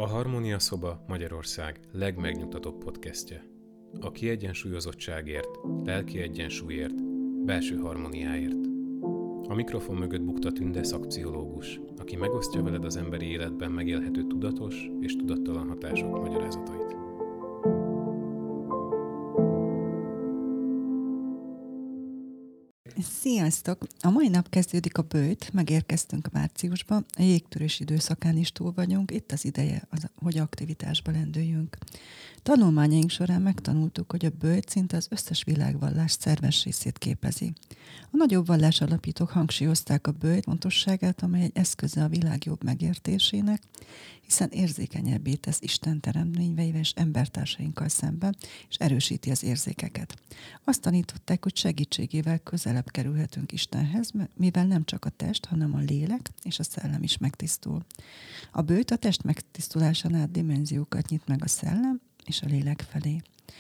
A Harmónia Szoba Magyarország legmegnyugtatóbb podcastje. A kiegyensúlyozottságért, lelki egyensúlyért, belső harmóniáért. A mikrofon mögött bukta Tünde szakpszichológus, aki megosztja veled az emberi életben megélhető tudatos és tudattalan hatások magyarázatait. Sziasztok! A mai nap kezdődik a böjt, megérkeztünk márciusba, a jégtörés időszakán is túl vagyunk, itt az ideje, hogy aktivitásba lendüljünk. Tanulmányaink során megtanultuk, hogy a böjt szinte az összes világvallás szerves részét képezi. A nagyobb vallásalapítók hangsúlyozták a böjt fontosságát, amely egy eszköze a világ jobb megértésének, hiszen érzékenyebbé tesz Isten teremtményeivel és embertársainkkal szemben, és erősíti az érzékeket. Azt tanították, hogy segítségével közelebb kerülhetünk Istenhez, mivel nem csak a test, hanem a lélek és a szellem is megtisztul. A böjt a test megtisztulásán át dimenziókat nyit meg a szellem és a lélek felé.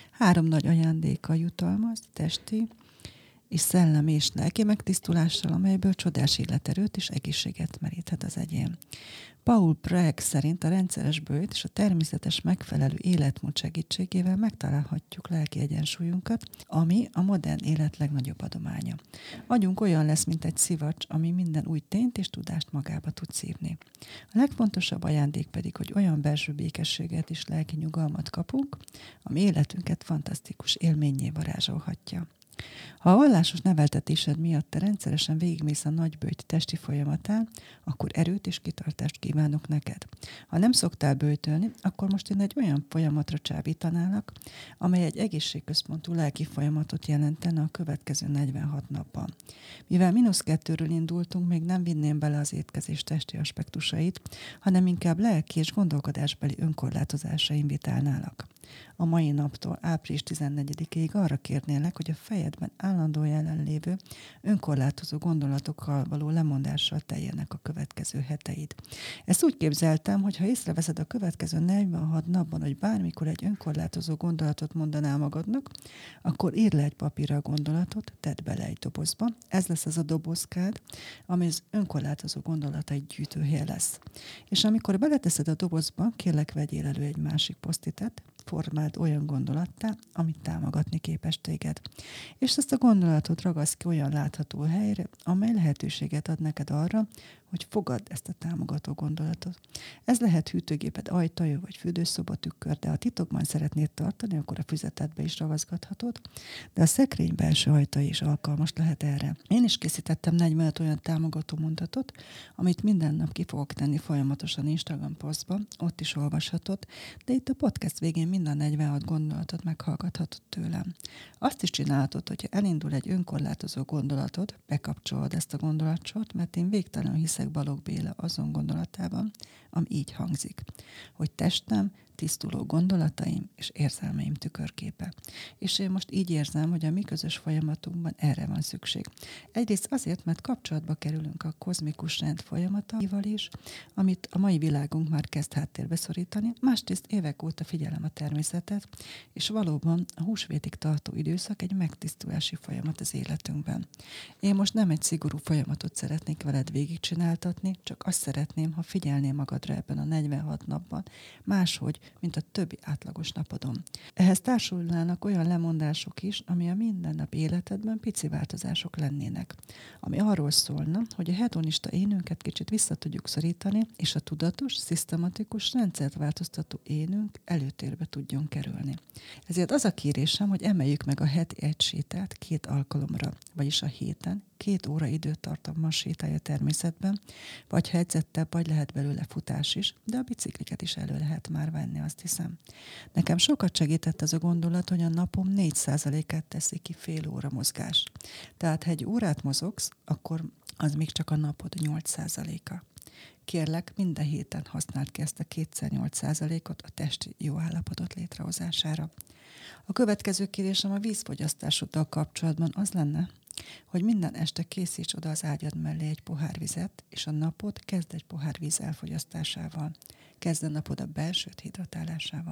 3 nagy ajándékkal jutalmaz, testi és szellemi és lelki megtisztulással, amelyből csodás életerőt és egészséget meríthet az egyén. Paul Praeg szerint a rendszeres böjt és a természetes megfelelő életmód segítségével megtalálhatjuk lelki egyensúlyunkat, ami a modern élet legnagyobb adománya. Agyunk olyan lesz, mint egy szivacs, ami minden új tényt és tudást magába tud szívni. A legfontosabb ajándék pedig, hogy olyan belső békességet és lelki nyugalmat kapunk, ami életünket fantasztikus élménnyé varázsolhatja. Ha a vallásos neveltetésed miatt te rendszeresen végigmész a nagyböjt testi folyamatán, akkor erőt és kitartást kívánok neked. Ha nem szoktál böjtölni, akkor most én egy olyan folyamatra csábítanálak, amely egy egészségközpontú lelki folyamatot jelentene a következő 46 napban. Mivel -2-ről indultunk, még nem vinném bele az étkezés testi aspektusait, hanem inkább lelki és gondolkodásbeli önkorlátozásra invitálnálak. A mai naptól április 14-ig arra kérnélek, hogy a fejedben állandóan jelenlévő önkorlátozó gondolatokkal való lemondással teljenek a következő heteid. Ezt úgy képzeltem, hogy ha észreveszed a következő 46 napban, hogy bármikor egy önkorlátozó gondolatot mondanál magadnak, akkor írd le egy papírra a gondolatot, tedd bele egy dobozba. Ez lesz az a dobozkád, ami az önkorlátozó gondolataid gyűjtőhelye lesz. És amikor beleteszed a dobozba, kérlek vegyél elő egy másik posztitet, formáld olyan gondolattá, amit támogatni képes téged. És ezt a gondolatot ragaszd ki olyan látható helyre, amely lehetőséget ad neked arra, hogy fogadd ezt a támogató gondolatot. Ez lehet hűtőgéped ajtaja vagy fürdőszoba tükör, de ha titokban szeretnéd tartani, akkor a füzetedbe is ragaszgathatod, de a szekrény belső ajtaja is alkalmas lehet erre. Én is készítettem 45 olyan támogató mondatot, amit minden nap ki fogok tenni folyamatosan Instagram posztba, ott is olvashatod, de itt a podcast végén mind a 46 gondolatot meghallgathatod tőlem. Azt is csinálhatod, hogyha elindul egy önkorlátozó gondolatod, bekapcsolod ezt a gondolatsort, mert én végtelenül hiszek Balogh Béla azon gondolatában, ami így hangzik, hogy testem, tisztuló gondolataim és érzelmeim tükörképe. És én most így érzem, hogy a mi közös folyamatunkban erre van szükség. Egyrészt azért, mert kapcsolatba kerülünk a kozmikus rend folyamataival is, amit a mai világunk már kezd háttérbe szorítani, másrészt évek óta figyelem a természetet, és valóban a húsvétig tartó időszak egy megtisztulási folyamat az életünkben. Én most nem egy szigorú folyamatot szeretnék veled végigcsináltatni, csak azt szeretném, ha figyelnél magadra ebben a 46 napban, máshogy, mint a többi átlagos napodon. Ehhez társulnának olyan lemondások is, ami a mindennapi életedben pici változások lennének. Ami arról szólna, hogy a hedonista énünket kicsit vissza tudjuk szorítani, és a tudatos, szisztematikus, rendszert változtató énünk előtérbe tudjon kerülni. Ezért az a kérésem, hogy emeljük meg a heti egy sétát 2 alkalomra, vagyis a héten 2 óra időtartammal sétálj a természetben, vagy ha edzettebb vagy, lehet belőle futás is, de a bicikliket is elő lehet már venni, azt hiszem. Nekem sokat segített ez a gondolat, hogy a napom 4%-át teszi ki fél óra mozgás. Tehát ha 1 órát mozogsz, akkor az még csak a napod 8%-a. Kérlek, minden héten használd ki ezt a 2x8%-ot a testi jó állapotot létrehozására. A következő kérésem a vízfogyasztásoddal kapcsolatban az lenne, hogy minden este készíts oda az ágyad mellé egy pohár vizet, és a napot kezd egy pohár víz elfogyasztásával. Kezd a napod a belsőd hidratálásával.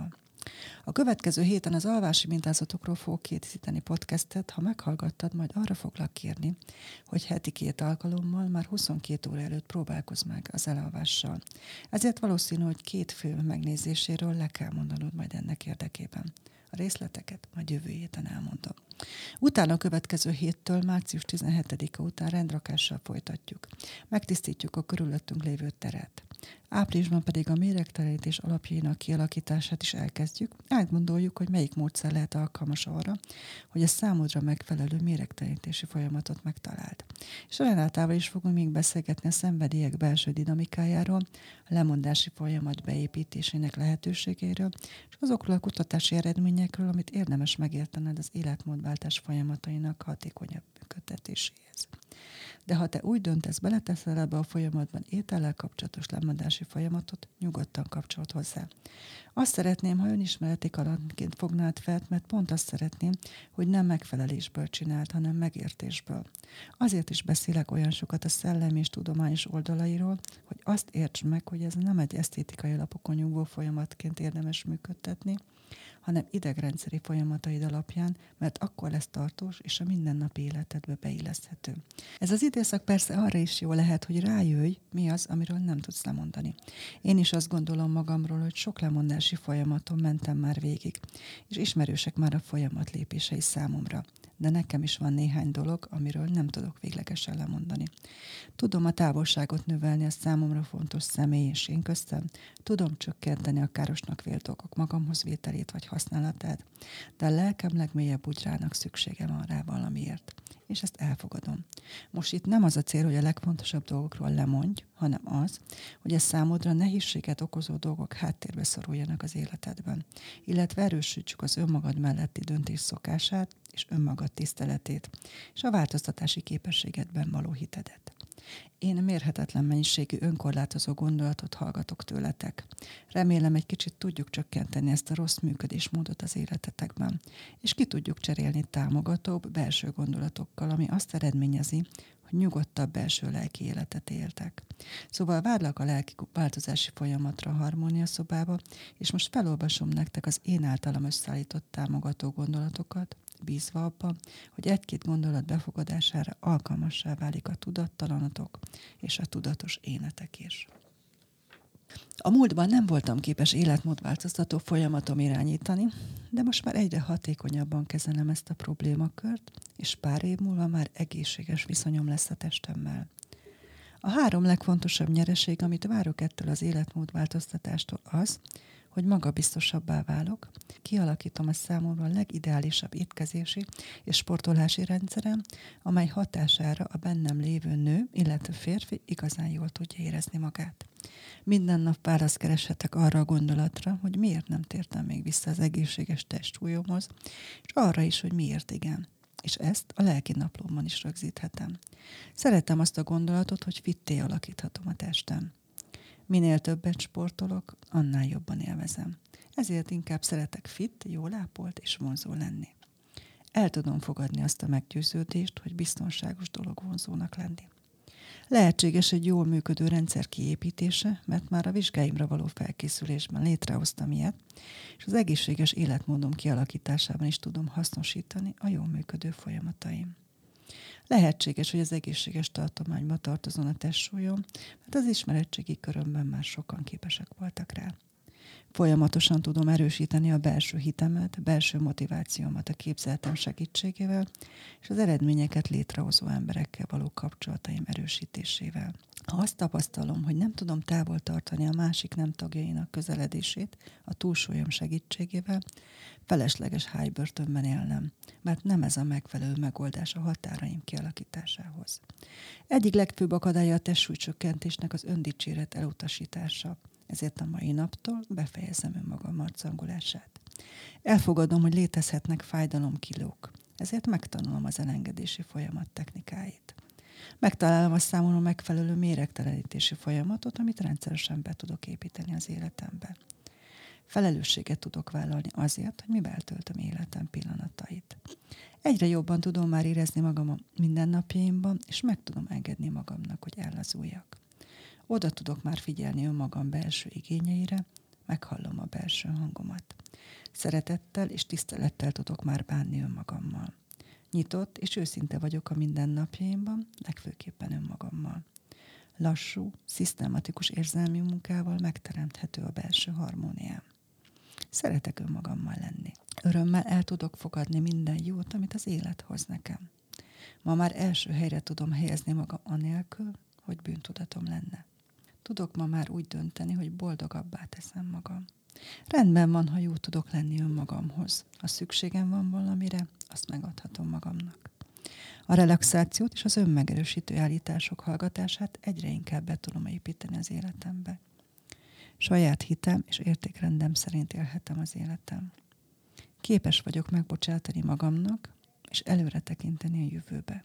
A következő héten az alvási mintázatokról fogok készíteni podcastet, ha meghallgattad, majd arra foglak kérni, hogy heti 2 alkalommal már 22 óra előtt próbálkozz meg az elalvással. Ezért valószínű, hogy 2 film megnézéséről le kell mondanod majd ennek érdekében. A részleteket majd jövő héten elmondom. Utána a következő héttől, március 17-e után rendrakással folytatjuk. Megtisztítjuk a körülöttünk lévő teret. Áprilisban pedig a méregtelenítés alapjainak kialakítását is elkezdjük. Átgondoljuk, hogy melyik módszer lehet alkalmas arra, hogy a számodra megfelelő méregtelenítési folyamatot megtaláld. És Renátával is fogunk még beszélgetni a szenvedélyek belső dinamikájáról, a lemondási folyamat beépítésének lehetőségeiről, és azokról a kutatási eredményekről, amit érdemes megértened az életmódváltás folyamatainak hatékonyabb működtetéséhez. De ha te úgy döntesz, beleteszel ebbe a folyamatban étellel kapcsolatos lemondási folyamatot, nyugodtan kapcsolt hozzá. Azt szeretném, ha önismereti kalandként fognád fel, mert pont azt szeretném, hogy nem megfelelésből csináld, hanem megértésből. Azért is beszélek olyan sokat a szellemi és tudományos oldalairól, hogy azt értsd meg, hogy ez nem egy esztétikai alapokon nyugvó folyamatként érdemes működtetni, hanem idegrendszeri folyamataid alapján, mert akkor lesz tartós és a mindennapi életedbe beilleszthető. Ez az időszak persze arra is jó lehet, hogy rájöjj, mi az, amiről nem tudsz lemondani. Én is azt gondolom magamról, hogy sok lemondási folyamaton mentem már végig, és ismerősek már a folyamat lépései számomra. De nekem is van néhány dolog, amiről nem tudok véglegesen lemondani. Tudom a távolságot növelni a számomra fontos személy és én köztem, tudom csökkenteni a károsnak vélt dolgok magamhoz vételét vagy használatát, de a lelkem legmélyebb bugyrának szüksége van rá valamiért. És ezt elfogadom. Most itt nem az a cél, hogy a legfontosabb dolgokról lemondj, hanem az, hogy a számodra nehézséget okozó dolgok háttérbe szoruljanak az életedben, illetve erősítsük az önmagad melletti döntés szokását és önmagad tiszteletét, és a változtatási képességedben való hitedet. Én mérhetetlen mennyiségű önkorlátozó gondolatot hallgatok tőletek. Remélem, egy kicsit tudjuk csökkenteni ezt a rossz működésmódot az életetekben, és ki tudjuk cserélni támogatóbb belső gondolatokkal, ami azt eredményezi, hogy nyugodtabb belső lelki életet éltek. Szóval várlak a lelki változási folyamatra a harmónia szobába, és most felolvasom nektek az én általam összeállított támogató gondolatokat, bízva abban, hogy 1-2 gondolat befogadására alkalmassá válik a tudattalanatok és a tudatos énetek is. A múltban nem voltam képes életmódváltoztató folyamatom irányítani, de most már egyre hatékonyabban kezelem ezt a problémakört, és pár év múlva már egészséges viszonyom lesz a testemmel. A 3 legfontosabb nyereség, amit várok ettől az életmódváltoztatástól az, hogy magabiztosabbá válok, kialakítom a számomra a legideálisabb étkezési és sportolási rendszerem, amely hatására a bennem lévő nő, illetve férfi igazán jól tudja érezni magát. Minden nap választ kereshetek arra a gondolatra, hogy miért nem tértem még vissza az egészséges testsúlyomhoz, és arra is, hogy miért igen. És ezt a lelki naplómban is rögzíthetem. Szeretem azt a gondolatot, hogy fitté alakíthatom a testem. Minél többet sportolok, annál jobban élvezem. Ezért inkább szeretek fit, jól ápolt és vonzó lenni. El tudom fogadni azt a meggyőződést, hogy biztonságos dolog vonzónak lenni. Lehetséges egy jól működő rendszer kiépítése, mert már a vizsgáimra való felkészülésben létrehoztam ilyet, és az egészséges életmódom kialakításában is tudom hasznosítani a jól működő folyamataim. Lehetséges, hogy az egészséges tartományba tartozon a testsúlyom, mert az ismeretségi körömben már sokan képesek voltak rá. Folyamatosan tudom erősíteni a belső hitemet, belső motivációmat a képzeletem segítségével, és az eredményeket létrehozó emberekkel való kapcsolataim erősítésével. Ha azt tapasztalom, hogy nem tudom távol tartani a másik nem tagjainak közeledését a túlsúlyom segítségével, felesleges hájbörtönben élnem, mert nem ez a megfelelő megoldás a határaim kialakításához. Egyik legfőbb akadálya a testsúlycsökkentésnek az öndicséret elutasítása. Ezért a mai naptól befejezem önmagam marcangolását. Elfogadom, hogy létezhetnek fájdalomkilók, ezért megtanulom az elengedési folyamat technikáit. Megtalálom a számomra megfelelő méregtelenítési folyamatot, amit rendszeresen be tudok építeni az életembe. Felelősséget tudok vállalni azért, hogy mivel töltöm életem pillanatait. Egyre jobban tudom már érezni magam a mindennapjaimban, és meg tudom engedni magamnak, hogy ellazuljak. Oda tudok már figyelni önmagam belső igényeire, meghallom a belső hangomat. Szeretettel és tisztelettel tudok már bánni önmagammal. Nyitott és őszinte vagyok a mindennapjaimban, legfőképpen önmagammal. Lassú, szisztematikus érzelmi munkával megteremthető a belső harmóniám. Szeretek önmagammal lenni. Örömmel el tudok fogadni minden jót, amit az élet hoz nekem. Ma már első helyre tudom helyezni magam anélkül, hogy bűntudatom lenne. Tudok ma már úgy dönteni, hogy boldogabbá teszem magam. Rendben van, ha jó tudok lenni önmagamhoz. Ha szükségem van valamire, azt megadhatom magamnak. A relaxációt és az önmegerősítő állítások hallgatását egyre inkább be tudom építeni az életembe. Saját hitem és értékrendem szerint élhetem az életem. Képes vagyok megbocsátani magamnak, és előre tekinteni a jövőbe.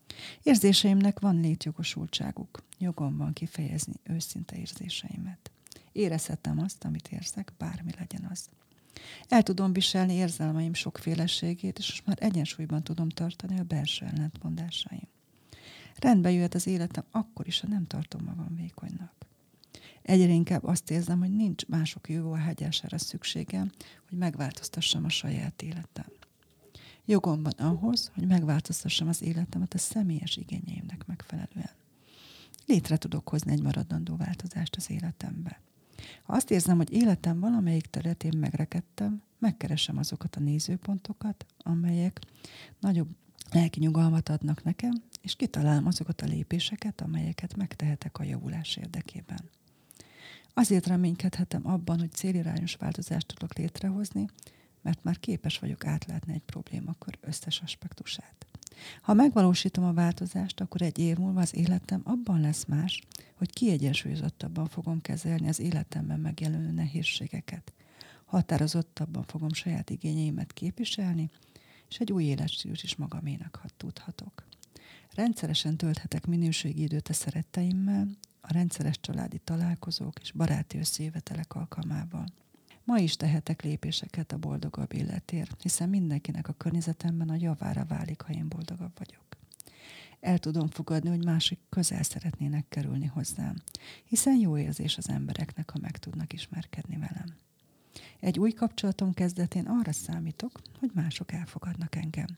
Érzéseimnek van létjogosultságuk. Jogom van kifejezni őszinte érzéseimet. Érezhetem azt, amit érzek, bármi legyen az. El tudom viselni érzelmeim sokféleségét, és most már egyensúlyban tudom tartani a belső ellentmondásaim. Rendbe jöhet az életem akkor is, ha nem tartom magam vékonynak. Egyre inkább azt érzem, hogy nincs mások jóváhagyására szükségem, hogy megváltoztassam a saját életem. Jogom van ahhoz, hogy megváltoztassam az életemet a személyes igényeimnek megfelelően. Létre tudok hozni egy maradandó változást az életembe. Ha azt érzem, hogy életem valamelyik területén megrekedtem, megkeresem azokat a nézőpontokat, amelyek nagyobb lelki nyugalmat adnak nekem, és kitalálom azokat a lépéseket, amelyeket megtehetek a javulás érdekében. Azért reménykedhetem abban, hogy célirányos változást tudok létrehozni, mert már képes vagyok átlátni egy problémakör összes aspektusát. Ha megvalósítom a változást, akkor egy év múlva az életem abban lesz más, hogy kiegyensúlyozottabban fogom kezelni az életemben megjelenő nehézségeket. Határozottabban fogom saját igényeimet képviselni, és egy új életstílust is magaménak tudhatok. Rendszeresen tölthetek minőségi időt a szeretteimmel, a rendszeres családi találkozók és baráti összejövetelek alkalmával. Ma is tehetek lépéseket a boldogabb életért, hiszen mindenkinek a környezetemben a javára válik, ha én boldogabb vagyok. El tudom fogadni, hogy mások közel szeretnének kerülni hozzám, hiszen jó érzés az embereknek, ha meg tudnak ismerkedni velem. Egy új kapcsolatom kezdetén arra számítok, hogy mások elfogadnak engem.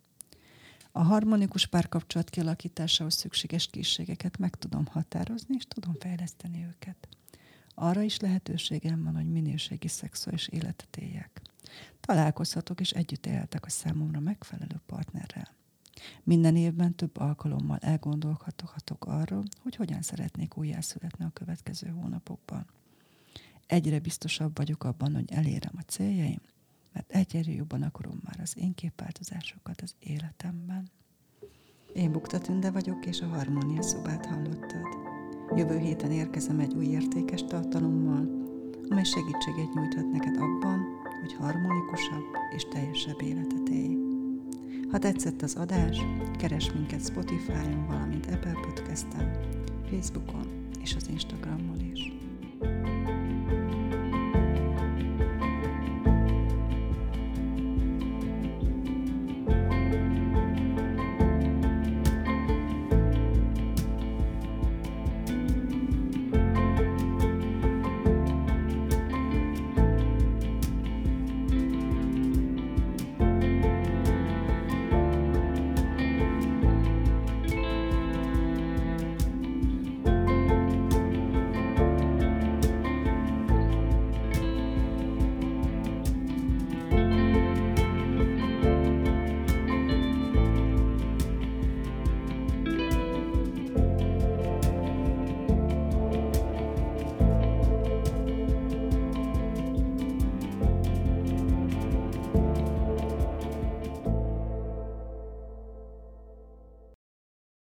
A harmonikus párkapcsolat kialakításához szükséges készségeket meg tudom határozni, és tudom fejleszteni őket. Arra is lehetőségem van, hogy minőségi szexuális életet éljek. Találkozhatok és együtt élhetek a számomra megfelelő partnerrel. Minden évben több alkalommal elgondolhatok arról, hogy hogyan szeretnék újjászületni a következő hónapokban. Egyre biztosabb vagyok abban, hogy elérem a céljaim, mert egyre jobban akarom már az én képváltozásokat az életemben. Én Bukta Tünde vagyok, és a Harmónia Szobát hallottad. Jövő héten érkezem egy új értékes tartalommal, amely segítséget nyújthat neked abban, hogy harmonikusabb és teljesebb életet élj. Ha tetszett az adás, keresd minket Spotify-on, valamint Apple Podcast-en, Facebookon és az Instagramon is.